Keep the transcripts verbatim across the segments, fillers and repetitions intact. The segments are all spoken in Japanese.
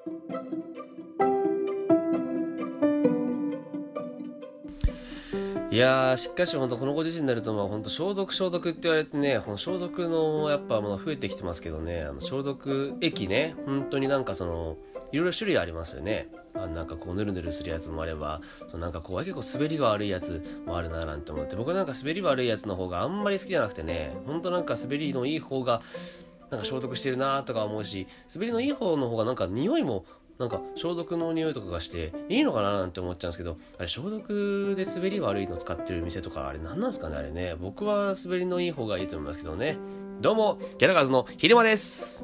いやーしかし本当このご時世になるとまあ本当消毒消毒って言われてね、この消毒のやっぱもの増えてきてますけどね、あの消毒液ね、本当になんかそのいろいろ種類ありますよね。あなんかこうヌルヌルするやつもあれば、そのなんかこう結構滑りが悪いやつもあるななんて思って、僕なんか滑り悪いやつの方があんまり好きじゃなくてね、本当なんか滑りのいい方がなんか消毒してるなとか思うし、滑りのいい方の方がなんか匂いもなんか消毒の匂いとかがしていいのかななんて思っちゃうんですけど、あれ消毒で滑り悪いの使ってる店とかあれ何なんですかねあれね。僕は滑りのいい方がいいと思いますけどね。どうもギャラガーズの昼間です。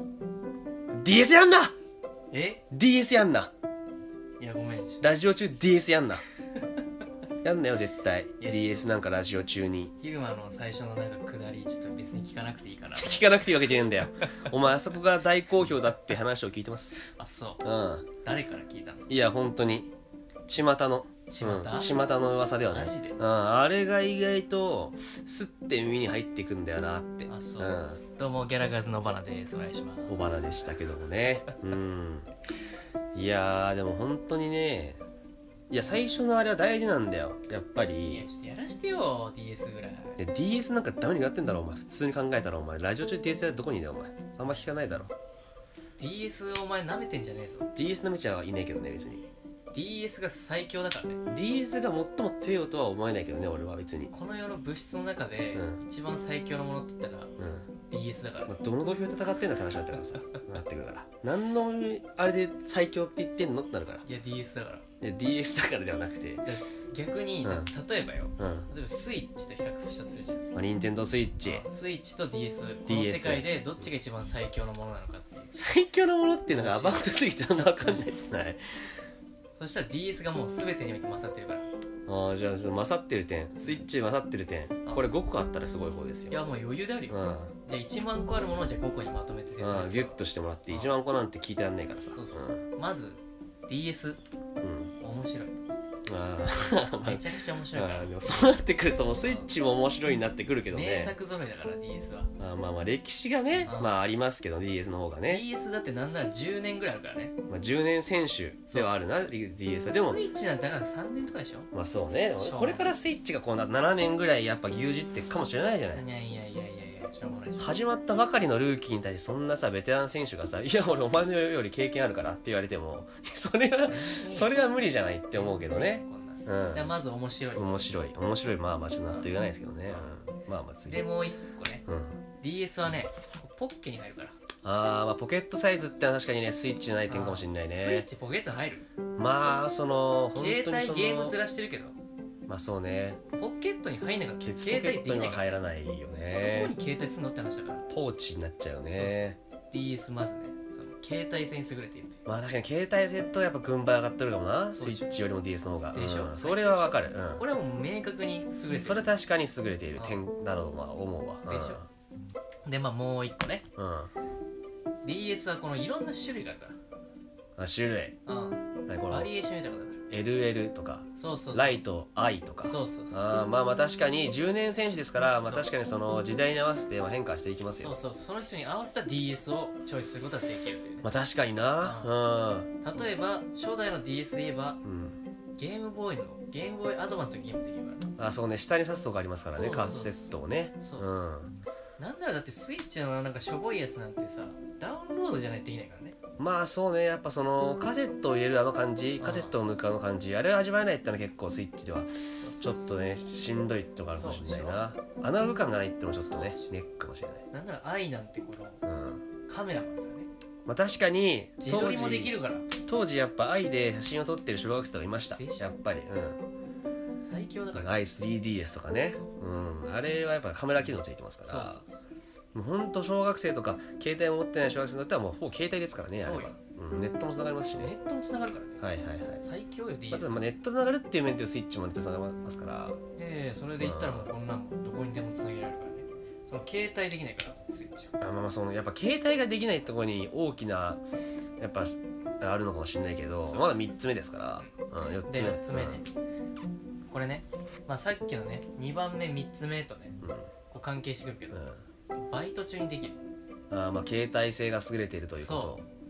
ディーエス やんな。 えディーエス やんな。 いやごめん、 ラジオ中 ディーエス やんなやんなよ絶対。 いやディーエス なんかラジオ中に昼間の最初のなんか下りちょっと別に聞かなくていいかな。 聞かなくていいわけじゃねえんだよお前あそこが大好評だって話を聞いてます。 あ、そう、 うん、 誰から聞いたんですか？ いや本当に巷の巷、 うん、巷の噂ではない。 マジで？ うん、あれが意外とスッて耳に入ってくんだよなって。 あ、そう、 うん、 どうもギャラガーズのバナです。お願いします。 おばなでしたけどもねうんいやーでも本当にね、いや最初のあれは大事なんだよやっぱいり。 やちょっとやらしてよ ディーエス ぐらい。 いや ディーエス なんかダメになってんだろお前。普通に考えたらお前ラジオ中 ディーエス でどこにいんだよお前。あんま聞かないだろ。 ディーエス お前舐めてんじゃねえぞ。 ディーエス なめちゃはいねえけどね別に。 ディーエス が最強だからね。 ディーエス が最も強いとは思えないけどね俺は別に。 この世の物質の中でうん一番最強のものって言ったらうんディーエス だから、 まあ、どの土俵で戦ってんだって話になってるからさなってくるから何のあれで最強って言ってんのってなるから。 いや ディーエス だから。 いや ディーエス だからではなくて、 じゃあ逆に、 うん例えばよ、 うん例えばスイッチと比較したとするじゃん。 まあ、ニンテンドースイッチスイッチと ディーエス、このディーエス世界でどっちが一番最強のものなのかっていう。 最強のものっていうのがアバウトすぎてあんま分かんないじゃない。 そしたら ディーエス がもう全てにおいて勝ってるから。 ああじゃあその勝ってる点、スイッチ勝ってる点、これごこあったらすごい方ですよ。 いやもう余裕であるよ、 うんじゃあいちまんこあるものをじゃあごこにまとめて説明する。 うんギュッとしてもらっていちまんこなんて聞いてやんねえからさ。 そうそう、まず ディーエスうん、うん、 面白い。 あめちゃくちゃ面白いからあでもそうなってくるともうスイッチも面白いになってくるけどね。 名作揃いだから ディーエス は。 あまあまあ歴史がね、 うんまあありますけど ディーエス の方がね、 ディーエス だってなんならじゅうねんぐらいあるからね。 まあ、じゅうねん選手ではあるな ディーエス は。でもスイッチなんてだからさんねんとかでしょ。 まあそうね、 しょうこれからスイッチがこうなななねんぐらいやっぱ牛耳っていくかもしれないじゃない。 いやいやいやいやいや、しょうもないしょうもない。 始まったばかりのルーキーに対してそんなさベテラン選手がさ、いや俺お前のより経験あるからって言われてもそれはそれは無理じゃないって思うけどね。 こんなうんじゃあまず面白い。 面白い面白いまあまあちょっと納得いかないですけどね、うん、まあまあ次でもう一個ね、 うん、 ディーエス はねポッケに入るから。 あーまあポケットサイズってのは確かにねスイッチじゃない点かもしれないスイッね。 チポケット入る。 まあその本携当にその帯ゲームずらしてるけどまあそうね、 ポケットに入んなかったらケツポ携ケットには帯できないから。 入らないよどこね。 に携帯すんのって話だから。 ポーチになっちゃうよね。 ディーエス まずね、その携帯性に優れているという。 まあ確かに携帯セットはやっぱ軍配上がってるかもな、スイそうでしょッチよりも ディーエス の方が。 でしょうん、それはわかる、うん、 これはもう明確に優れている。 それ確かに優れている点だろうとは思うわ。 でしょ。でまあもう一個ね、 うん、うん、 ディーエス はこのいろんな種類があるかあ種類ら。うん何このバリエーション豊かだから。 エルエル とかそうそうそう。 ライト アイ とか。 そうそうそう。 あまあまあ確かにじゅうねん選手ですから、まあ、 そう確かにその時代に合わせてまあ変化していきますよ。 そうそうそう。その人に合わせた ディーエス をチョイスすることができるというね。 まあ確かにな。 例えば初代の ディーエス で言えばうん、うんゲームボーイのゲームボーイアドバンスのゲームできるから。 あそうね、下に刺すとこありますからね、 そうそうそうカセットをね。 そううんなんならだってスイッチのなんかしょぼいやつなんてさダウンロードじゃないとできないからね。 まあそうね、やっぱそのカセットを入れるあの感じ、カセットを抜くあの感じ、あれを味わえないってのは結構スイッチではちょっとねしんどいとこあるかもしれないな。アナログ感がないってのもちょっとねネックかもしれない。 なんなら愛なんてこのうんカメラマンだからね。 まあ確かに当自撮りもでき時るから当時やっぱ愛で写真を撮ってる小学生とかいましたでしょやっぱり。う最強だからん、アイ スリーディーエス とかね。うん、あれはやっぱカメラ機能ついてますかそうら。 そうそうもうほんと小学生とか携帯を持ってない小学生にとってはもうほぼ携帯ですからねあれはそうよ。 うん、ネットもつながりますしね。 ネットもつながるからね。 はいはいはい。 最強よ ディーエス。 またまあネットつながるっていう面でスイッチもネットつながりますから。 ええそれで言ったらもうこんなんもどこにでもつなげられるからね。その携帯できないからスイッチは。 あまあまあそのやっぱ携帯ができないところに大きなやっぱあるのかもしれないけど、まだみっつめですから、うん、よっつでめよっつめね、これね、まあ、さっきのねにばんめみっつめとねうんこう関係してくるけど、 うんバイト中にできる。 あまあ携帯性が優れているということ。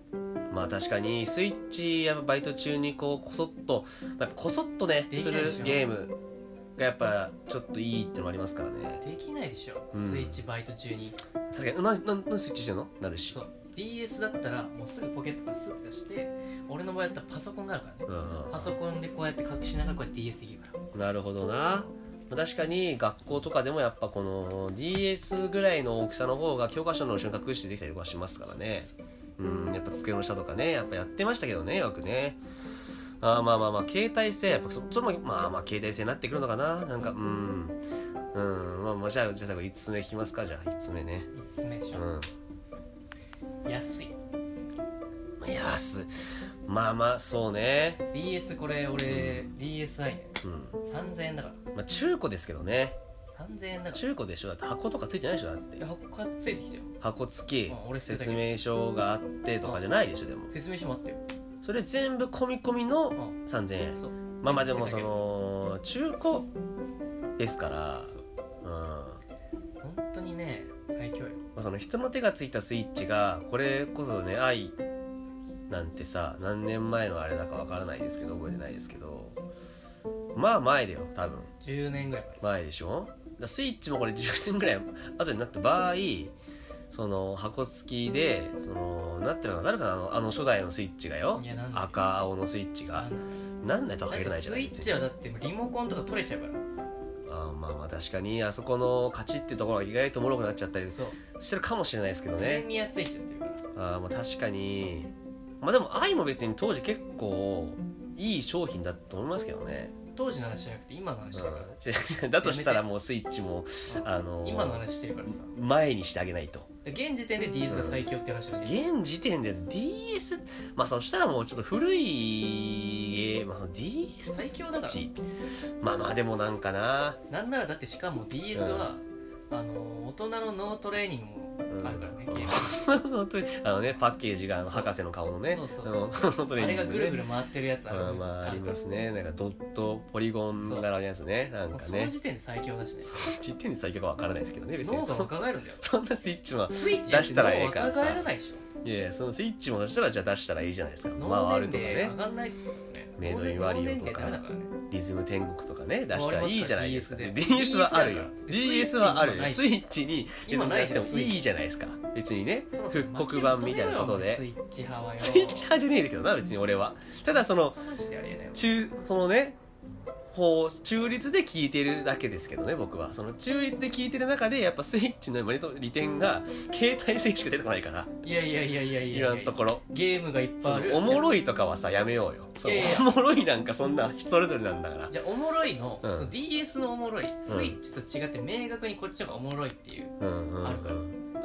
まあ確かにスイッチやっぱバイト中にこうこそっとやっぱこそっとねできないでしょするゲームがやっぱちょっといいってのもありますからね。 できないでしょ、 うんスイッチバイト中に。 確かになななスイッチしてんのなるし。 そう ディーエス だったらもうすぐポケットからスッて出して、俺の場合だったらパソコンがあるからね、 うんうん、 パソコンでこうやって隠しながらこうやって ディーエス できるから。 なるほどな。確かに学校とかでもやっぱこの ディーエス ぐらいの大きさの方が教科書の後ろに隠してできたりとかしますからね。うんやっぱ机の下とかねやっぱやってましたけどねよくね。あまあまあまあ携帯性やっぱ そ, それもまあまあ携帯性になってくるのかな。なんかうんうんまあまあじゃあじゃあ最後いつつめ引きますか。じゃあいつつめね。 いつつめでしょ、 うん、 安い。 安いまあまあそうね。 ディーエス これ俺、うん、ディーエスアイ ね、うん、さんぜんえんだから。 まあ中古ですけどね。 さんぜんえんだから中古でしょ。だって箱とかついてないでしょ。だって箱がついてきたよ。 箱付き、 まあ、俺説明書があってとかじゃないでしょ。でも説明書もあったよ。 それ全部込み込みのさんぜんえん、うん、まあまあでもその中古ですから、うん、 本当にね最強よ。 まあ、その人の手がついたスイッチがこれこそね愛なんてさ何年前のあれだかわからないですけど覚えてないですけどまあ前だよ多分じゅうねんぐらい前でしょ。だスイッチもこれじゅうねんぐらい後になった場合その箱付きでそのなってるのが誰かなあの、あの初代のスイッチがよ。赤青のスイッチがなんないとは限らないじゃない。 スイッチはだってリモコンとか取れちゃうから。 あまあまあ確かにあそこのカチってところが意外と脆くなっちゃったりしてるかもしれないですけどね。 プレミアついちゃってるから。 あまあ確かにまあでも愛も別に当時結構いい商品だと思いますけどね。 当時の話じゃなくて今の話だから、 うん、だとしたらもうスイッチも、あのー、 今の話してるからさ前にしてあげないと。 現時点で ディーエス が最強って話をしてる、 うん、現時点で ディーエス まあそしたらもうちょっと古い、まあ、その ディーエス最強だから。 まあまあでもなんかななんならだってしかも ディーエス は、うん、あの大人の脳トレーニングもあるからね、うん、ゲーム本当にあのねパッケージがあの博士の顔のねそうそうそうそうあれがぐるぐる回ってるやつある、 まあまあありますね。なんかドットポリゴン柄のやつね。なんかねその時点で最強だしね。 その時点で最強か分からないですけどね別に。 脳が若返るんだよ。 そんなスイッチも出したらええからさ。若返らないでしょ。 いやいやそのスイッチもしたらじゃあ出したらいいじゃないですか。 まああるとかね。上がんない、ね、 メイドインワリオとか、ね、リズム天国とかね出したらいいじゃないですか。ディーエス はあるよ。ディーエス はあるよ。スイッチに別に出してもいいじゃないですか。別にね復刻版みたいなことで。 スイッチ派はよ。 スイッチ派じゃねえけどな別に俺は。ただその中そのねこう中立で聞いてるだけですけどね僕は。その中立で聞いてる中でやっぱスイッチの利点が携帯性しか出てこないから。 いやいやいやいやいや今のところゲームがいっぱいある。 おもろいとかはさやめようよ。いやいやおもろいなんかそんなそれぞれなんだから。 じゃあおもろいの、うん、その ディーエス のおもろいスイッチと違って明確にこっちの方がおもろいっていう、うんうん、あるから。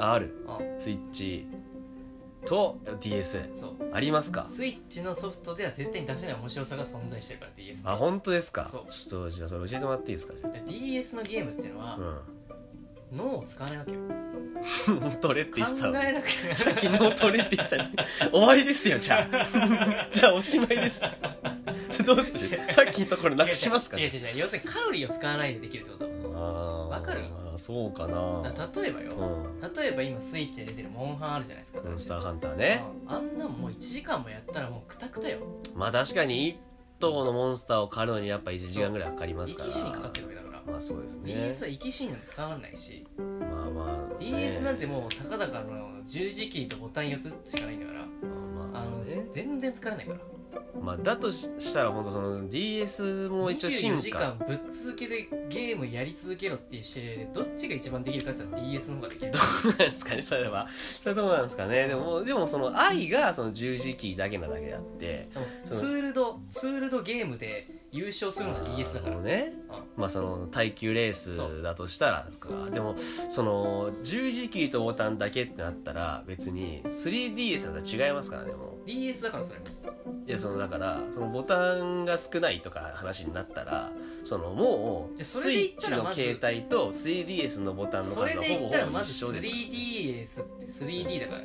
ある、うん、スイッチと ディーエスそうありますか。 スイッチのソフトでは絶対に出せない面白さが存在してるから ディーエス。 あ本当ですか。 そうちょっとじゃあそれ教えてもらっていいですか。 ディーエス のゲームっていうのは、うん、脳を使わないわけよ。 取れって言ってた。 考えなくてさっき脳取れって言ってた終わりですよ。じゃあじゃあおしまいですどうしてさっきのところなくしますか、ね、 違う違う違う要するにカロリーを使わないでできるってこと。わかる。 あそうかな。 例えばよ、うん、例えば今スイッチで出てるモンハンあるじゃないですか。 モンスターハンターね。 あんなもういちじかんもやったらもうクタクタよ。 まあ確かにいっ頭のモンスターを狩るのにやっぱいちじかんぐらいかかりますから。 生き死にかかってるわけだから。まあそうですね。 ディーエス は生き死になんてかかんないし、 まあまあ、ね、 ディーエス なんてもうたかだかの十字キーとボタンよっつしかないんだから、 まあまあ、ね、 あの全然疲れないから。 まあ、だとしたら本当その ディーエス も一応進化にじゅうよじかんぶっ続けでゲームやり続けろっていう指令でどっちが一番できるかって言ったら ディーエス の方ができる。 どうなんですかねそれは。そういうとこなんですかね。でもでもその愛がその十字キーだけなだけであって、 ツールドツールドゲームで優勝するのが ディーエス だからね。まあその耐久レースだとしたらですか。でもその十字キーとボタンだけってなったら別に スリーディーエス だったら違いますからね。もうディーエス だからそれ。 いやそのだからそのボタンが少ないとか話になったらそのもうスイッチの携帯と スリーディーエス のボタンの数はほぼほぼ一緒です。 スリーディーエス って スリーディー だからね。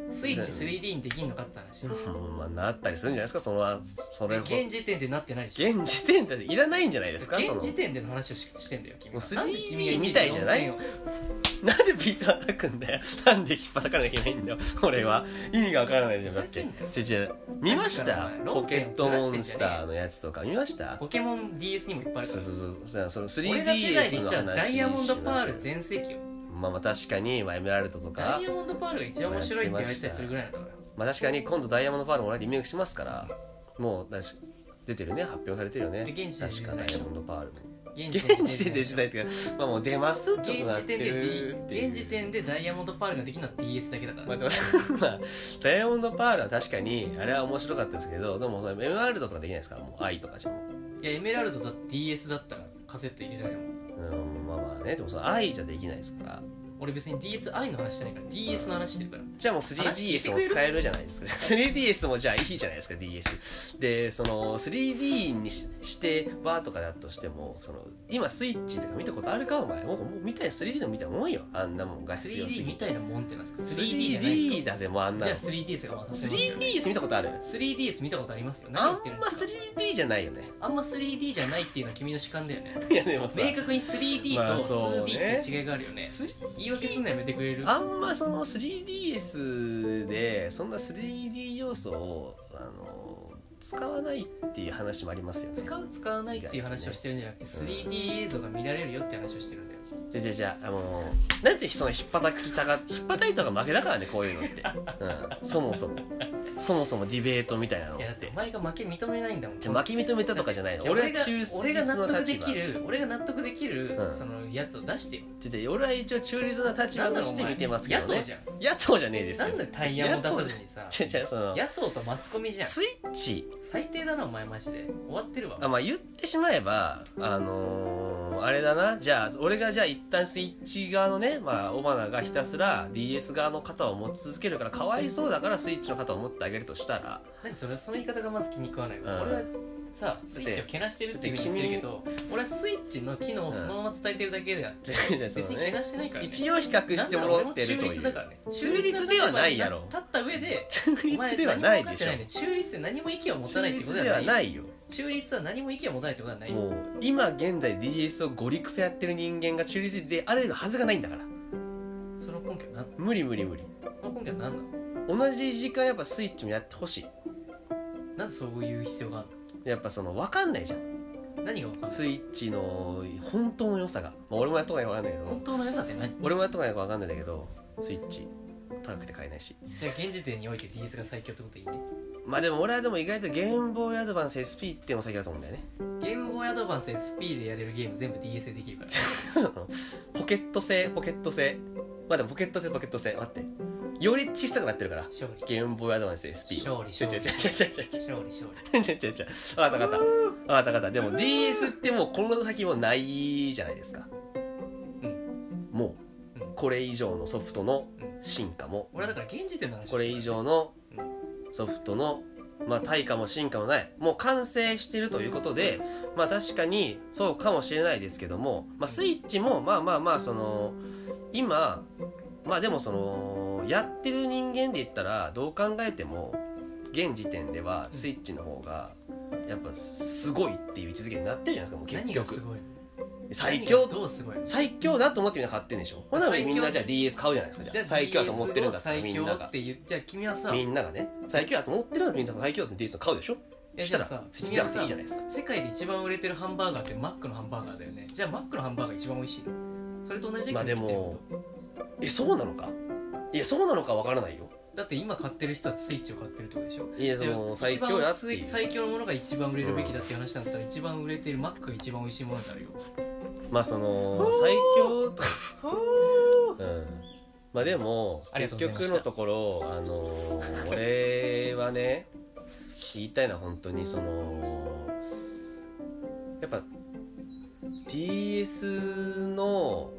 スイッチ スリーディー にできんのかって話。 まあなったりするんじゃないですか。そのそれ現時点でなってないでしょ。 現時点でいらないんじゃないですか。 現時点での話を し, してんだよ君は。 スリーディー みたいじゃない。なんでビート叩くんだよ。なんで引っ叩かなきゃいけないんだよ俺は。意味がわからないじゃん。だってちち見ました。ポケットモンスターのやつとか見ました。 ポケモン ディーエス にもいっぱいあるから。 そうそうそう。その スリーディーエス の話。 俺ら世代で言ったらダイヤモンドパール全盛期よ。 まあまあ確かに、まあ、エメラルドとかダイヤモンドパールが一番面白いって言われたりするぐらいなんだから。 まあ確かに今度ダイヤモンドパールも俺はリメイクしますから、もう出てるね、発表されてるよね。確かダイヤモンドパールも現時点で出ないっていうか、まあもう出ますってなってるっていう。 現時点でダイヤモンドパールができるのは ディーエス だけだから、 まあ、でもまあダイヤモンドパールは確かにあれは面白かったですけど、でもそれエメラルドとかできないですから、もう愛とかじゃもう。いやエメラルドだって ディーエス だったらカセット入れられるもん。 うんまあまあね、でもその愛じゃできないですから。 俺別に ディーエスアイ の話してないから ディーエス の話してるから。 じゃあもう スリーディーエス も使えるじゃないですか。スリーディーエス もじゃあいいじゃないですか ディーエス で、その スリーディー にしてバーとかだとしても、その今スイッチとか見たことあるかお前。もうもう見たい スリーディー の見たもんよ、あんなもんが必要すぎ。 スリーディー みたいなもんってなんですか。 スリーディー だぜもうあんなの。 じゃあ スリーディーエス がまたスリーディーエス 見たことある。 スリーディーエス 見たことありますよ。 あんま スリーディー じゃないよね。 あんま スリーディー じゃないっていうのは君の主観だよね。 いやでもさ、 明確に スリーディー と ツーディー って違いがあるよね。言い訳すんのやめてくれる。 あんまその スリーディーエス でそんな スリーディー 要素をあの使わないっていう話もありますよね。 使う使わないっていう話をしてるんじゃなくて、 スリーディー 映像が見られるよって話をしてるんだよ。 じゃじゃじゃあのなんでその引っ叩きたが引っ叩いた方が負けだからね、こういうのって、うん、そもそもそもそもディベートみたいなのって。いやだってお前が負け認めないんだもん。 じゃ負け認めたとかじゃないの。 俺が俺が納得できる俺が納得できる、うん、そのやつを出してよ。 じゃじゃ俺は一応中立な立場として見てますけどね。 野党じゃん。 野党じゃねえですよ。 なんで対案も出さずにさ。 じゃじゃその野党とマスコミじゃん。 スイッチ最低だなお前マジで。終わってるわ。 あまあ言ってしまえばあのー、あれだな。じゃあ俺がじゃあ一旦スイッチ側のね、まあオバナがひたすら ディーエス 側の肩を持ち続けるからかわいそうだからスイッチの肩を持ってあげるとしたら、 何それ。その言い方がまず気に食わないわ、うん、俺はさスイッチをけなしてるって言ってるけど、俺はスイッチの機能をそのまま伝えてるだけであって、うん、別にけなしてないから、ね、一応比較してもらってるという。 中立だからね。 中立ではないやろ。 立った上で中立ではないでしょ。 中立で何も意見を持たないってことではないよ。中立は何も意見を持たないってことはないよ。 もう今現在 ディーエス をゴリクソやってる人間が中立であれるはずがないんだから。 その根拠は何？ 無理無理無理。 その根拠は何なの？同じ時間やっぱスイッチもやってほしい。 なんでそういう必要があるの？やっぱその分かんないじゃん。 何が分かんない？ スイッチの本当の良さが、まあ、俺もやっとかないか分かんないけど。 本当の良さって何？ 俺もやっとかないか分かんないんだけど、スイッチ高くて買えないし。 じゃあ現時点において ディーエス が最強ってこといいね。 まあでも俺はでも意外とゲームボーイアドバンス エスピー っていうのも最強だと思うんだよね。 ゲームボーイアドバンス エスピー でやれるゲーム全部 ディーエス でできるからポケット製ポケット製まあでもポケット製ポケット製待ってより小さくなってるからゲームボーイアドバンス エスピー勝利勝利勝利勝利勝利勝利分かった分かった分かった分かった分かった。でも ディーエス ってもうこの先もないじゃないですか。うんもう、うん、これ以上のソフトの進化も、 うん、俺はだから現時点の話これ以上のソフトのまあ対価も進化もないもう完成してるということで、まあ確かにそうかもしれないですけども、まあスイッチもまあまあまあその今まあでもそのやってる人間で言ったらどう考えても現時点ではスイッチの方がやっぱすごいっていう位置づけになってるじゃないですか。もう結局何がすごい最強どうすごい最強だと思ってみんな買ってんでしょ。ほなみんなじゃあ ディーエス 買うじゃないですか。じゃあ最強だと思ってるんだったらみんながじゃあ君はさみんながね最強だと思ってるんだったらみんな最強だと ディーエス 買うでしょ。 いやしたらさ君はさいいじゃないですか。 世界で一番売れてるハンバーガーってマックのハンバーガーだよね。じゃあマックのハンバーガー一番美味しいの？それと同じだけどまあでもえそうなのかいやそうなのかわからないよ。 だって今買ってる人はスイッチを買ってるってことでしょ。 いやその最強やっていう最強のものが一番売れるべきだっていう話だったら、うん、一番売れてるマックが一番美味しいものになるよ。 まあその最強とうんまあでも結局のところあのー、俺はね言いたいのは本当にそのやっぱ ディーエス の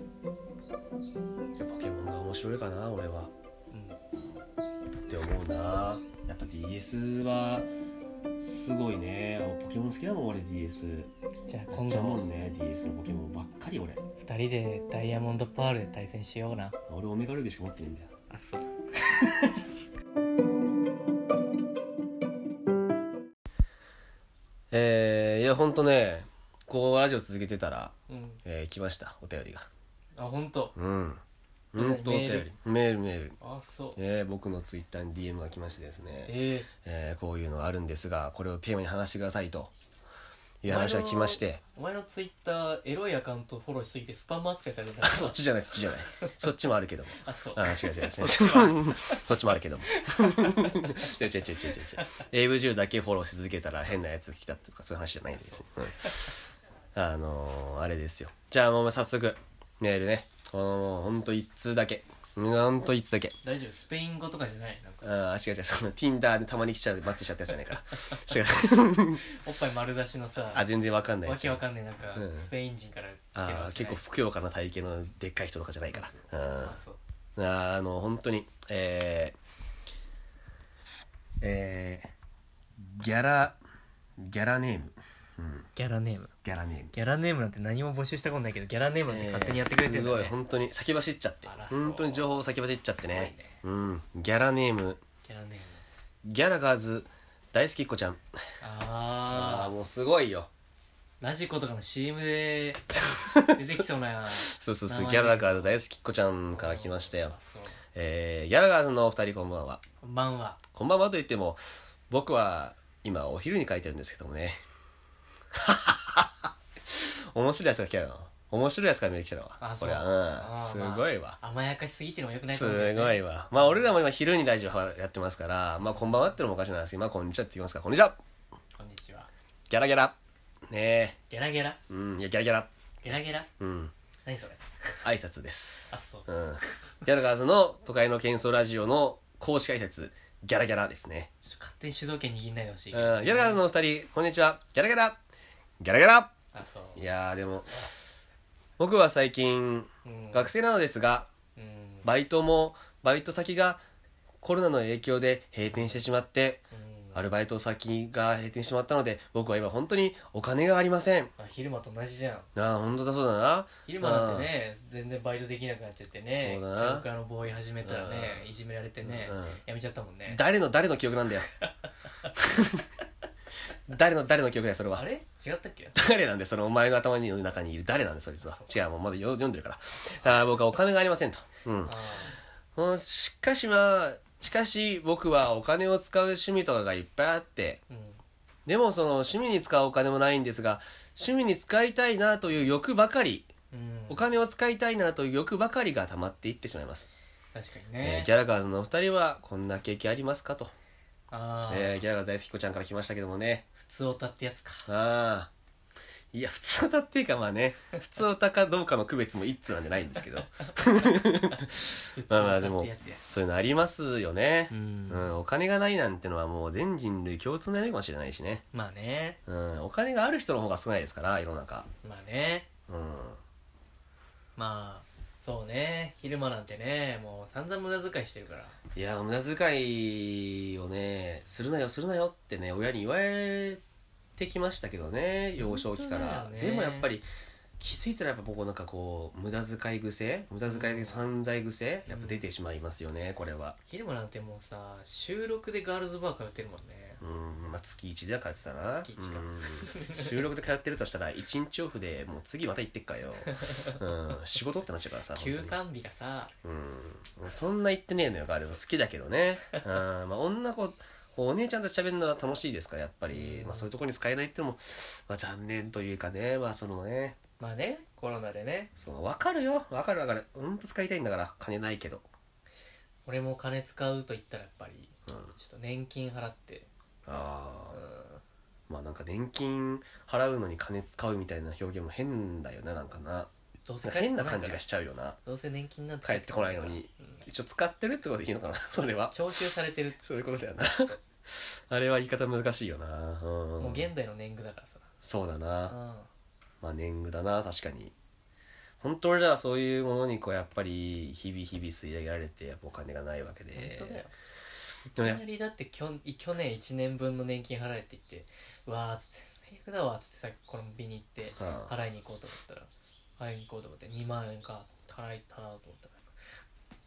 ポケモンが面白いかな俺は、うん、って思うな。やっぱ ディーエス はすごいね。ポケモン好きだもん俺 ディーエス。 じゃあ今度もんね ディーエス のポケモンばっかり俺。 ふたりでダイヤモンドパールで対戦しような。 俺オメガルビーしか持ってないんだよ。 あ、そうえー、いやほんとねこうラジオ続けてたら、 うんえー、来ましたお便りが。 あ、本当。 うんうんとお便りメールメールあ、そう。 えー、僕のツイッターに ディーエム が来ましてですね、 ええー、こういうのがあるんですがこれをテーマに話してくださいという話が来まして、 お前のツイッターエロいアカウントフォローしすぎてスパム扱いされてたそっちじゃないそっちじゃないそっちもあるけどもあ、そう。 あ違う違う違うそっちもあるけども違う違う違う違う違う エーブイじゅう だけフォローし続けたら変なやつ来たとかそういう話じゃないんですよ、うん、あのー、あれですよ。じゃあもう早速メールね、このもうほんと一通だけほんと一通だけ。 大丈夫？スペイン語とかじゃない？なんかああ違う違うその Tinder でたまに来ちゃうマッチしちゃったやつじゃないから違うおっぱい丸出しのさ、 あ全然わかんないわですよ。 けわかんないなんか、 うんスペイン人から来てるあわけじゃない結構ふくよかな体型のでっかい人とかじゃないから。 そうそうあ、そううんああの本当にえー、えー、ギャラギャラネーム、うん、 ギャラネームギャラネームギャラネームなんて何も募集したことないけどギャラネームなんて勝手にやってくれてるんだね、 えーすごい本当に先走っちゃってあらそう本当に情報を先走っちゃってねすごいねうんギャラネームギャラネームギャラガーズ大好きっ子ちゃん。 あーあーもうすごいよ。 ラジコとかの シーエム で出てきそうなそうそうそう名前ギャラガーズ大好きっ子ちゃんから来ましたよあ。そうえー、ギャラガーズのお二人こんばんは。 こんばんは。 こんばんはと言っても僕は今お昼に書いてるんですけどもね面白いやつが来たの面白いやつが見えてきたのあこれはそううんすあーごいわ、 まあ甘やかしすぎてのもよくないすと思うけどねごいわ。まあ俺らも今昼にラジオやってますからまあこんばんはってのもおかしいなんですけどまあこんにちはって言いますか。こんにちは。 こんにちは。 ギャラギャラねゲラゲラえうんいやギャラギャラゲラゲラうん何それ挨拶ですあ、そううんギャラガーズの都会の喧騒ラジオの公式挨拶ギャラギャラですね。 ちょっと勝手に主導権握んないでほしいうんギャラガーズのお二人こんにちは。ギャラギャラギャラギャラあ、そういやーでも僕は最近うん学生なのですがうんバイトもバイト先がコロナの影響で閉店してしまってうんアルバイト先が閉店してしまったので僕は今本当にお金がありません。 あ、昼間と同じじゃん。 ああ本当だそうだな。 昼間だってね全然バイトできなくなっちゃってねそうだなキャバクラのボーイ始めたらねうんいじめられてねうんやめちゃったもんね。 誰の誰の記憶なんだよ誰の誰の記憶だよそれは。 あれ違ったっけ誰なんでそのお前の頭の中にいる誰なんでそいつは。違うもうまだよ読んでるからあー僕はお金がありませんと。うんあうんしかしまあしかし僕はお金を使う趣味とかがいっぱいあってーうんでもその趣味に使うお金もないんですが趣味に使いたいなという欲ばかりうんお金を使いたいなという欲ばかりが溜まっていってしまいます、 確かにえねーギャラガーズのお二人はこんな経験ありますかと、 ああえーギャラガーズ大好き子ちゃんから来ましたけどもね。 普通オタってやつかああいや普通歌っていうかまあね普通歌かどうかの区別も一通なんじゃないんですけど普通まあまあでもオタってやつやそういうのありますよね、 ううんん、お金がないなんてのはもう全人類共通の悩みかもしれないしね、 まあねうん、お金がある人の方が少ないですから世の中、 まあねうん、 まあそうね昼間なんてねもう散々無駄遣いしてるからいや無駄遣いをねするなよするなよってね親に言われてきましたけどね幼少期から、 本当だよねでもやっぱり気づいたらやっぱ僕なんかこう無駄遣い癖無駄遣い犯罪癖やっぱ出てしまいますよねこれは。 昼間なんてもうさ収録でガールズバー通ってるもんねうんまあ月いちでは通ってたな。 月一かうん収録で通ってるとしたらいちにちオフでもう次また行ってっからよ、うん、仕事ってなっちゃうからさ休本当に館日がさうんそんな言ってねえのよガールズ好きだけどねうんまあ女子お姉ちゃんと喋るのは楽しいですからやっぱり、 うんまあ、そういうところに使えないってのも、まあ、残念というかねまあそのねまあねコロナでねその分かるよ分かる分かるほんと使いたいんだから金ないけど、 俺も金使うと言ったらやっぱりうん、 ちょっと年金払ってああ、 うんまあなんか年金払うのに金使うみたいな表現も変だよななんかなどうせ変な感じがししちゃうよなどうせ年金なんて帰ってこないのに、 うん一応使ってるってことでいいのかなそれは徴収されてるそういうことだよなあれは言い方難しいよな、うん、 もう現代の年貢だからさそうだうな、 んまあ年貢だな確かに本当俺らはそういうものにこうやっぱり日々日々吸い上げられてやっぱお金がないわけで本当だよいきでもねなりだってきょ去年いちねんぶんの年金払えって言ってうわーっつって最悪だわっつってさっきこの日に行ってはあ払いに行こうと思ったら払いに行こうと思ってにまん円か払いたなと思ったら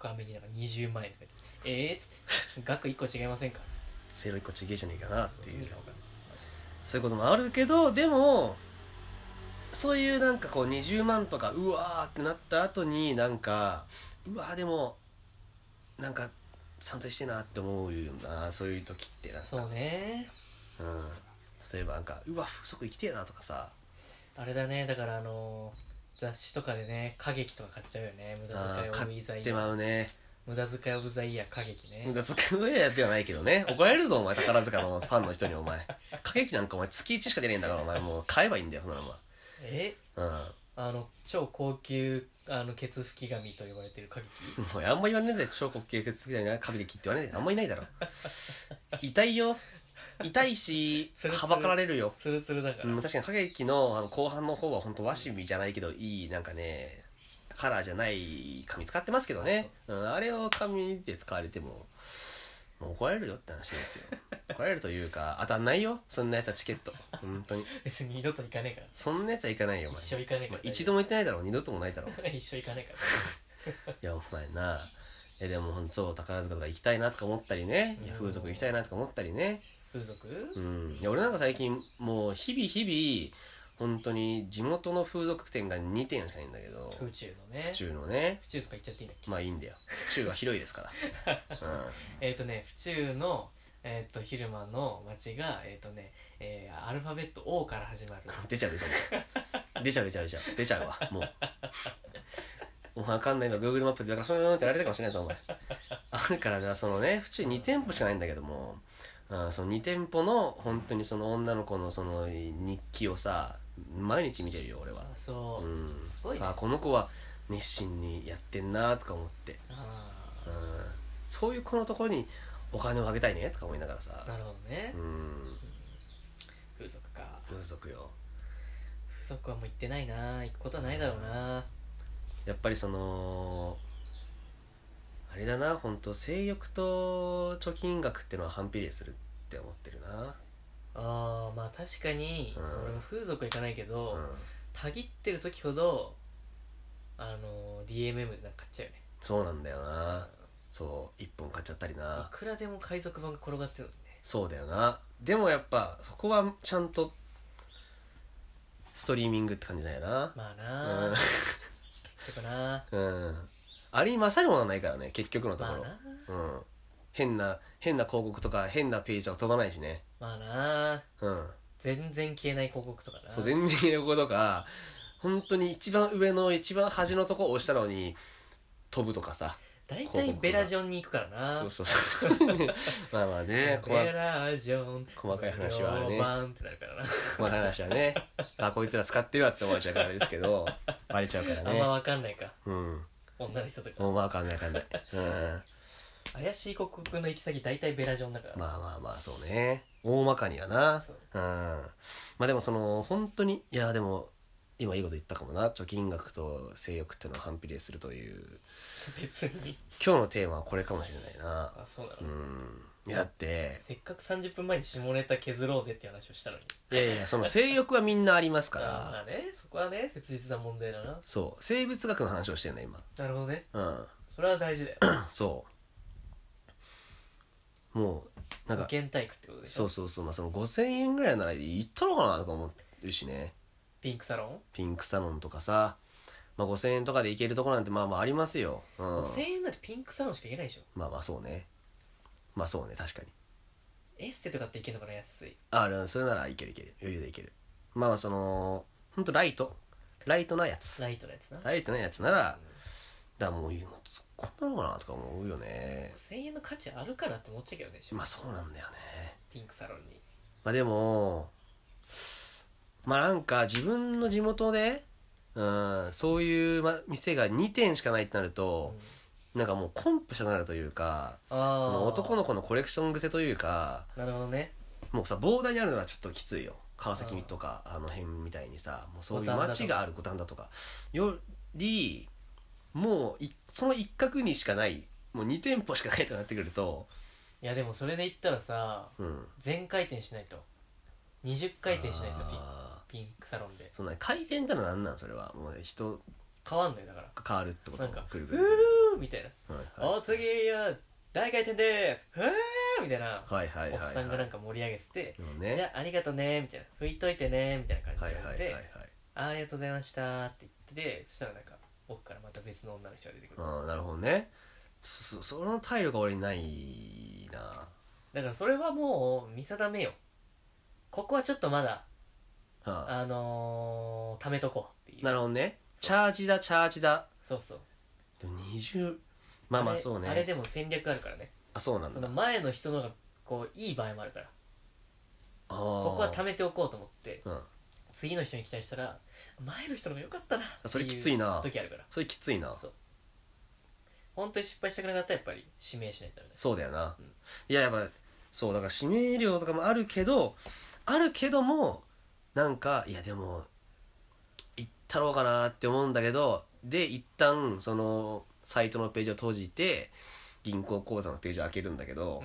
画面になんかにじゅうまんえんとか言ってえーっつって額いっこ違いませんかっつってセロいっこちげえじゃねえかなっていう意味が分かんないそういうこともあるけどでもそういうなんかこうにじゅうまんとかうわーってなった後になんかうわーでもなんか賛成してなって思うよなそういう時ってなんかそうねうん例えばなんかうわ風俗行きてえなとかさあれだねだからあのー、雑誌とかでね歌劇とか買っちゃうよね無駄遣いオブイザイ買ってまうね無駄遣いオブザイヤー歌劇ね無駄遣いのやではないけどね怒られるぞお前宝塚のファンの人にお前歌劇なんかお前月いちしか出ねえんだからお前もう買えばいいんだよそんなのはえうんあの超高級あのケツ拭き紙と呼ばれてる歌劇もうあんま言わねえんだよ超滑稽みたいな歌劇って言わねえあんまいないだろ痛いよ痛いしツルツルはばかられるよツルツルだから、 うん、確かに歌劇 の, あの後半の方は本当和紙じゃないけどいいなんかねカラーじゃない紙使ってますけどね あ,、うん、あれを紙で使われてももう怒られるよって話ですよ怒られるというか当たんないよそんなやつはチケット本当に別に二度と行かねえからそんなやつは行かないよお前一生行かねえから、 まあ一度も行ってないだろう二度ともないだろう一生行かねえからいやお前ないやでもほんとそう宝塚とか行きたいなとか思ったりねいや風俗行きたいなとか思ったりね風俗うんいや俺なんか最近もう日々日々本当に地元の風俗店がにてんしかないんだけど府中のね府中のね府中とか行っちゃっていいんだっけまあいいんだよ府中は広いですからうんえっとね府中のえっ、と昼間の街がえっ、とね、えー、アルファベット O から始まる出ちゃう出ちゃう出ちゃう出ちゃう出ちゃう出ちゃうわもうもう分かんないの Google マップでだからふーんってやられたかもしれないぞお前あるからなそのね府中にてんぽしかないんだけどもあそのに店舗の本当にその女の子のその日記をさ毎日見てるよ俺はあそう、 うん、 すごいねあこの子は熱心にやってんなとか思って、 あうん、そういう子のところにお金をあげたいねとか思いながらさなるほどね、 うん、 風俗か風俗よ風俗はもう行ってないな行くことはないだろうなやっぱりそのあれだな本当性欲と貯金額ってのは反比例するって思ってるなあーまあ確かに、 うん、 その風俗は行かないけど、 うん、 たぎってる時ほどあの ディーエムエム でなんか買っちゃうよねそうなんだよな、 うんそういっぽん買っちゃったりいなくらでも海賊版が転がってるのにねそうだよなでもやっぱそこはちゃんとストリーミングって感じだよなまあな、うん、結局なうんあれに勝るものはないからね結局のところ、 まあうん、変な変な広告とか変なページは飛ばないしねまあなうん全然消えない広告とかなそう全然いいこととか本当に一番上の一番端のとこを押したのに飛ぶとかさ大体ベラジョンに行くからなそうそうそうまあまあねベラジョン細かい話はねバーンってなるからな細かい話はねあこいつら使ってるわって思われちゃうからあれですけどバレちゃうからねあんま分かんないかうん女の人とかもう分かんない分かんないうん怪しい広告の行き先大体ベラジョンだからまあまあまあそうね大まかにはなそううんまあでもその本当にいやでも今いいこと言ったかもな貯金額と性欲っていうのは反比例するという別に今日のテーマはこれかもしれないなあそうなの、 うんいやだってせっかくさんじゅっぷんまえに下ネタ削ろうぜっていう話をしたのにいやいやその性欲はみんなありますかあまあらねそこはね切実な問題だなそう生物学の話をしてるんだ今なるほどねうんそれは大事だよそうもうなんか保健体育ってことでしょそうそうそうまあそのごせんえんぐらいなら行ったのかなとか思うしねピンクサロンピンクサロンとかさまあごせんえんとかで行けるとこなんてまあまあありますよ、うん、 ごせんえんだってピンクサロンしか行けないでしょまあまあそうねまあそうね確かにエステとかって行けるのかな安いああそれならいけるいける余裕でいけるまあまあそのほんとライトライトなやつライトのやつなライトなやつなら、だからもう突っ込んだのかなとか思うよねごせんえんの価値あるかなって思っちゃうけどねまあそうなんだよねピンクサロンにまあでもまあなんか自分の地元でうんそういう、ま、店がにてんしかないってなると、うん、なんかもうコンプしたなるというかその男の子のコレクション癖というかなるほどねもうさボーダーにあるのはちょっときついよ川崎とかあの辺みたいにさもうそういう街がある五反田とかよりもうその一角にしかないもうに店舗しかないとなってくるといやでもそれで言ったらさ、うん、全回転しないとにじゅっかい転しないとピンピンクサロンでそんな回転ってのは何なんそれはもう人変わんのよだから変わるってことなんかくるふーーみたいな、 はいはい、 お次は大回転ですふーみたいな、 はいはいはいはい、 おっさんがなんか盛り上げてて、 ね、 じゃあありがとねみたいな、拭いといてねみたいな感じで言われて、 はいはいはいはい、 あ, ありがとうございましたって言ってて、そしたらなんか奥からまた別の女の人が出てくる。 ああなるほどね。そ, その体力は俺にないな。 だからそれはもう見定めよ。ここはちょっとまだ、 はあ、あのー、貯めとこうっていう。 なるほどね。チャージだチャージだ。 そうそう。 でもにじゅう、まあまあそうね。 あれ、あれでも戦略あるからね。 あ、そうなんだ。 その前の人のがこういい場合もあるから、 あここは貯めておこうと思って、 うん、 次の人に期待したら前の人の方が良かったなっていうそれきついな。 時あるから。 それきついな。 そう、本当に失敗したくなかったらやっぱり指名しないとダメだ。 そうだよな、 うん、 いややっぱそうだから指名料とかもあるけどあるけどもなんかいやでも行ったろうかなって思うんだけど、で一旦そのサイトのページを閉じて銀行口座のページを開けるんだけど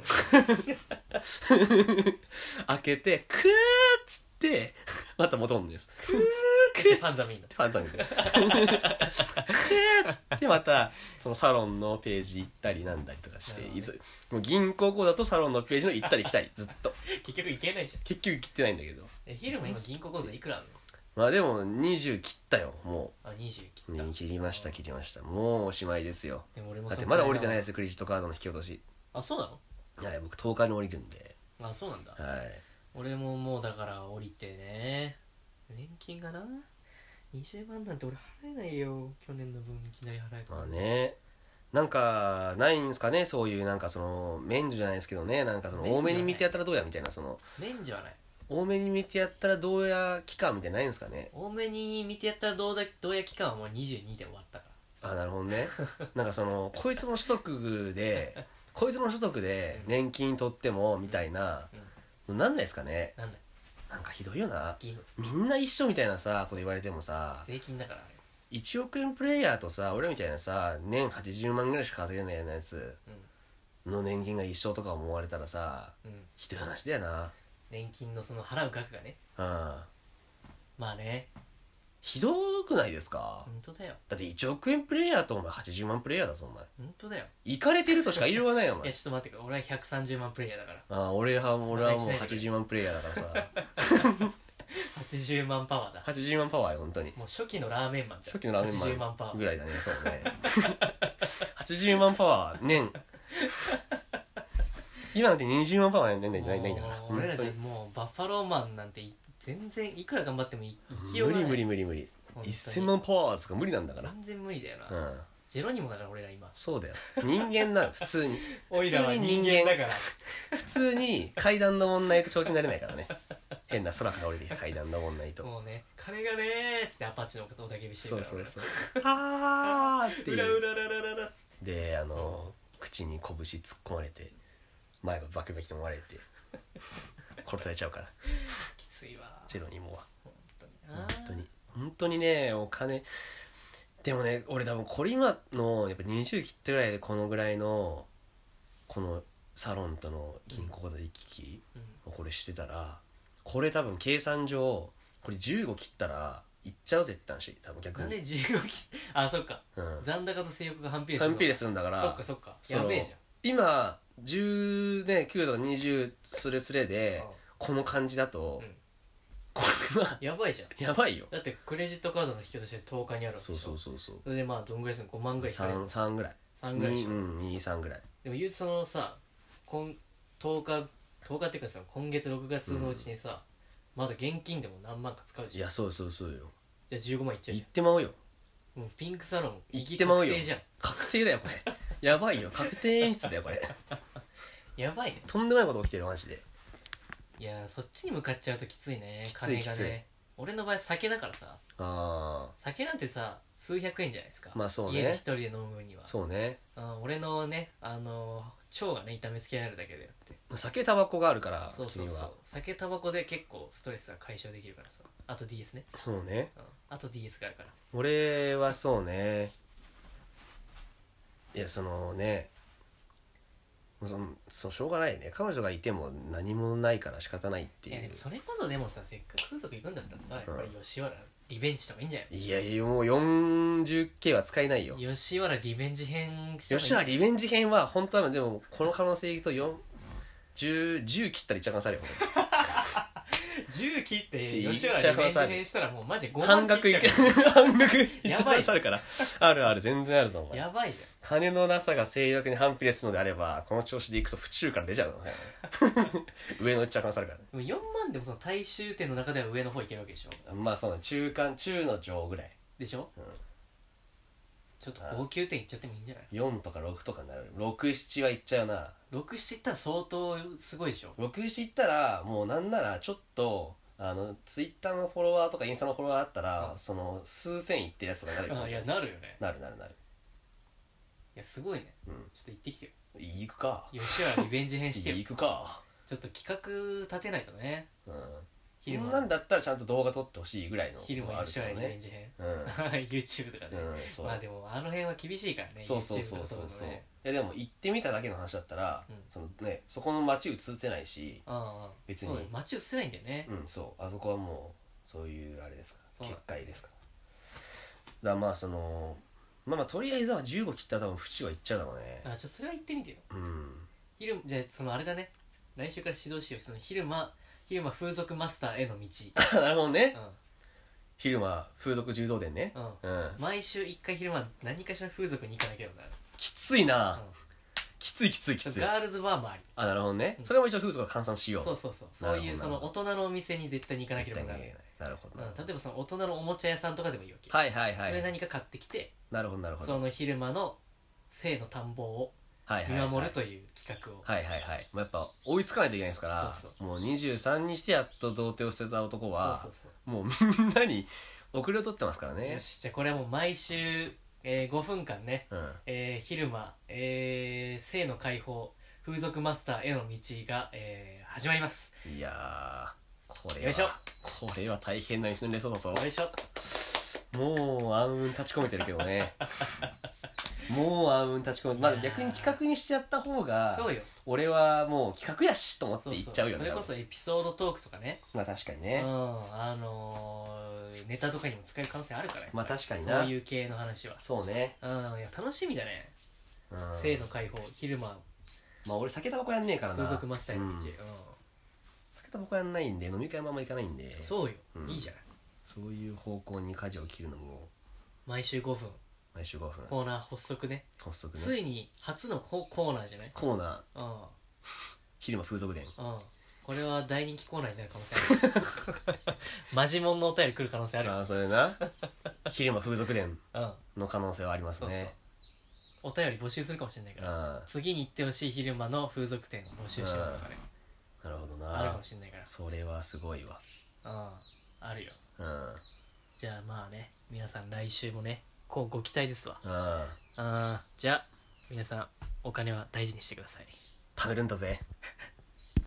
開けてクーッつってまた戻るんです。クークーファンザミンだ。 ファンザミンクーッつってまたそのサロンのページ行ったりなんだりとかして、いずもう銀行口座とサロンのページの行ったり来たりずっと結局行けないじゃん。 結局切ってないんだけど、 えヒルも今銀行口座いくらあるの？ まあでもにじゅう切ったよもあにじゅう切う、 った。 ね、切りました切りました。もうおしまいですよ。 でも俺もだってまだ降りてないですよクレジットカードの引き落とし。 あ、そうなの？ いや僕とおかに降りるんで。 あ、そうなんだ。 はい俺ももうだから降りてね、年金がなにじゅうまんなんて俺払えないよ。去年の分いきなり払えたら。 まあね、なんかないんですかねそういうなんかその免除じゃないですけどね、なんかその多めに見てやったらどうやみたいな、その免除はない。 多めに見てやったらどうや期間みたいなのないんですかね。 多めに見てやったらどうだどうや期間はもうにじゅうにで終わったかあ、なるほどねなんかそのこいつの所得でこいつの所得で年金取ってもみたいな、 ら。うん。 なんないですかね。 なんだよ。 なんかひどいよな、 義務。 みんな一緒みたいなさこと言われてもさ、 税金だからあれ。 いちおくえんプレイヤーとさ俺みたいなさ年はちじゅうまんぐらいしか稼げないようなやつの年金が一緒とか思われたらさ、 うん。うん。 ひどい話だよな。 年金のその払う額がね。 うん、 まあね。 ひどくないですか。 本当だよ。 だっていちおくえんプレイヤーとお前はちじゅうまんプレイヤーだぞお前。 本当だよ。 イかれてるとしか言いようがないよおいや前。 ちょっと待ってくれ。俺はひゃくさんじゅうまんプレイヤーだから。 ああ俺は俺はもうはちじゅうまんプレイヤーだからさはちじゅうまんパワーだ。 はちじゅうまんパワーよ本当に。 もう初期のラーメンマンじゃん。 初期のラーメンマンはちじゅうまんパワーぐらいだね。そうねはちじゅうまんパワー年今なんてにじゅうまんパワーないないないないんだからもう俺らじゃ本もうバッファローマンなんてい全然いくら頑張ってもい当に勢いがない。 無理無理無理無理本当にせんまんパワーとか無理なんだから。 全然無理だよな、 うんジェロニモだから俺ら今。 そうだよ人間なの普通においらは普通に人間だから普通に階段登んないと調子になれないからね変な空から降りてきた階段登んないと。 もうね金がねーっつってアパッチのことをだけびしてるから。 そうそうそうはーってうらいううらららららっつってであの口に拳突っ込まれて前歯バキバキとも割れて殺されちゃうからきついわジェロニモは本当にな。 本当に本当にねお金でもね俺多分これ今のやっぱにじゅう切ったぐらいでこのぐらいのこのサロンとの銀行口座行き来をこれしてたらこれ多分計算上これじゅうご切ったらいっちゃうぜって話多分逆になんでじゅうごきあそっか、 うん残高と性欲が反比例反比例すするんだからるのそっかそっかそのやべえじゃん。 今じゅうねきゅうとかにじゅうスレスレでああこの感じだと、 うんこれはやばいじゃん。 やばいよ。 だってクレジットカードの引き落としでとおかにあるわけそうでしょ。 そうそうそうそれでまあどんぐらいするのごまんぐらいかかる。 さん, さんぐらいさんぐらいでしょ。 うんにさんぐらいでも言うてそのさ今とおかとおかっていうかさ今月ろくがつのうちにさ、まだ現金でも何万か使うでしょ。 いやそうそうそうよじゃあじゅうごまんいっちゃうじ言ってまうよゃん。もうピンクサロン行ってまうよ確定じゃん。 確定だよこれやばいよ確定演出だよこれやばいね。 とんでもないこと起きてるマジで。 いやそっちに向かっちゃうときついね。 きつい金がきついね。俺の場合酒だからさ、 あ酒なんてさ数百円じゃないですか。 まあそうね家で一人で飲む分には。 あそうねうん俺のねあの腸がね痛めつけられるだけであって。 酒タバコがあるからそうそうそう君は。 酒タバコで結構ストレスが解消できるからさ。あと ディーエス ね。 そうねうんあと ディーエス があるから。 俺はそうねいやそのねそそうしょうがないね。彼女がいても何もないから仕方ないっていう。 いやでもそれこそでもさ、せっかく風俗行くんだったらさ、やっぱり吉原リベンジとかいいんじゃない？ いやいやもう よんじゅっケー は使えないよ。 吉原リベンジ編したらいい。 吉原リベンジ編は本当はでもこの可能性いくとよん じゅう、じゅう切ったらいっちゃう可能性あるよ。 じゅう切って吉原リベンジ編したらもうマジごまん半額いけ半額いっちゃう可能性あるからあるある全然あるぞお前。 やばいじ金のなさが性欲に反比例するのであればこの調子でいくと府中から出ちゃうのね上のいっちゃう可能性あるからね。 ゃん。よんまんでもその大衆店の中では上の方いけるわけでしょ。 まあそうだ中間中の上ぐらいでしょ、 うん、 ちょっと高級店行っちゃってもいいんじゃない？ よんとかろくとかになる。ろく、ななはいっちゃうな。 ろく、なないったら相当すごいでしょ。 ろく、なないったらもうなんならちょっとあのツイッターのフォロワーとかインスタのフォロワーあったら、 うん、 その数千いってるやつとかになるよ。 あいやなるよね。 なるなるなる。 いやすごいね、 うん、 ちょっと行ってきてよ。 行くか。 吉原リベンジ編してよ。 行くか。 ちょっと企画立てないとね。 うん昼間なんだったらちゃんと動画撮ってほしいぐらいの昼間吉原リベンジ編、うん、YouTube とかね、うん、そうまあでもあの辺は厳しいからね。 そうそうそうそうそう、ね、いやでも行ってみただけの話だったら、うん、そのねそこの街映ってないし、ああ別にそう街映ってないんだよね。 うんそうあそこはもうそういうあれですから結界ですからだからまあそのまあまあとりあえずはじゅうご切ったら多分府中は行っちゃうだろうね。 あじゃあそれは行ってみてよ。 うん昼じゃあそのあれだね来週から指導しよう。その昼間昼間風俗マスターへの道なるほどね、 うん、 昼間風俗柔道伝ね、 うんうん、毎週いっかい昼間何かしら風俗に行かなきゃいけない。 きついな、うん、きついきついきつい。 ガールズバーもあり。 あなるほどね、うん、それも一応風俗が換算しよう。 そうそうそうそういうその大人のお店に絶対に行かなければならない。 なるほど、 うん、例えばその大人のおもちゃ屋さんとかでもいいわけ。 はいはいはい。 それ何か買ってきて、 なるほどなるほど、 その昼間の性の探訪を見守るという企画を。 はいはいはい。もうやっぱ追いつかないといけないですから、そうそうもうにじゅうさんにしてやっと童貞を捨てた男はそうそうそうもうみんなに遅れを取ってますからね。 よしじゃあこれはもう毎週、えー、ごふんかんね、うんえー、昼間、えー、性の解放風俗マスターへの道が、えー、始まります。いやーこれはこれは大変な道のりでそうだぞ。 よいしょ。 もう暗雲立ち込めてるけどねもう暗雲立ち込めて、まあ、逆に企画にしちゃった方がそうよ俺はもう企画やしと思って言っちゃうよね。 そうそうそれこそエピソードトークとかね。 まあ確かにね、 うんあのー、ネタとかにも使える可能性あるから。 まあ確かになそういう系の話はそうね。 うんいや楽しみだね、うん、性の解放昼間。 まあ俺酒タバコやんねえからな。 風俗マスターの道、うんうん、 酒タバコやんないんで飲み会もあんま行かないんで。 そうよ、うん、いいじゃない。 そういう方向に舵を切るのも毎週ごふん毎週ごふんコーナー発足ね。 発足ね。 ついに初のコーナーじゃない。 コーナー、 うん、 昼間風俗伝、 うん、これは大人気コーナーになる可能性あるマジモンのお便り来る可能性ある。 ああそれな昼間風俗伝の可能性はありますね、うん、そうそうお便り募集するかもしれないから次に行ってほしい昼間の風俗店を募集しますからね。 なるほどな。 あるかもしれないからそれはすごいわ。 うんあるよ、 うん、 じゃあまあね皆さん来週もねこうご期待ですわ。 ああじゃあ皆さんお金は大事にしてください。 貯めるんだぜ